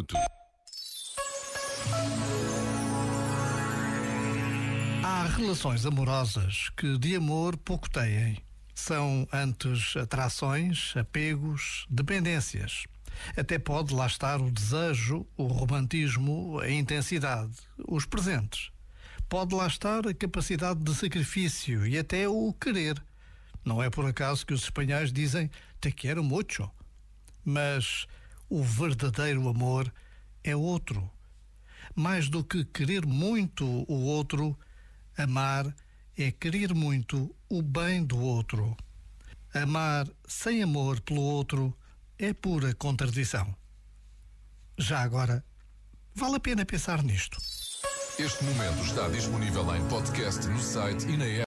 minutos. Há relações amorosas que de amor pouco têm. São antes atrações, apegos, dependências. Até pode lá estar o desejo, o romantismo, a intensidade, os presentes. Pode lá estar a capacidade de sacrifício e até o querer. Não é por acaso que os espanhóis dizem te quiero mucho. Mas o verdadeiro amor é outro. Mais do que querer muito o outro, amar é querer muito o bem do outro. Amar sem amor pelo outro é pura contradição. Já agora, vale a pena pensar nisto. Este momento está disponível em podcast no site e na app.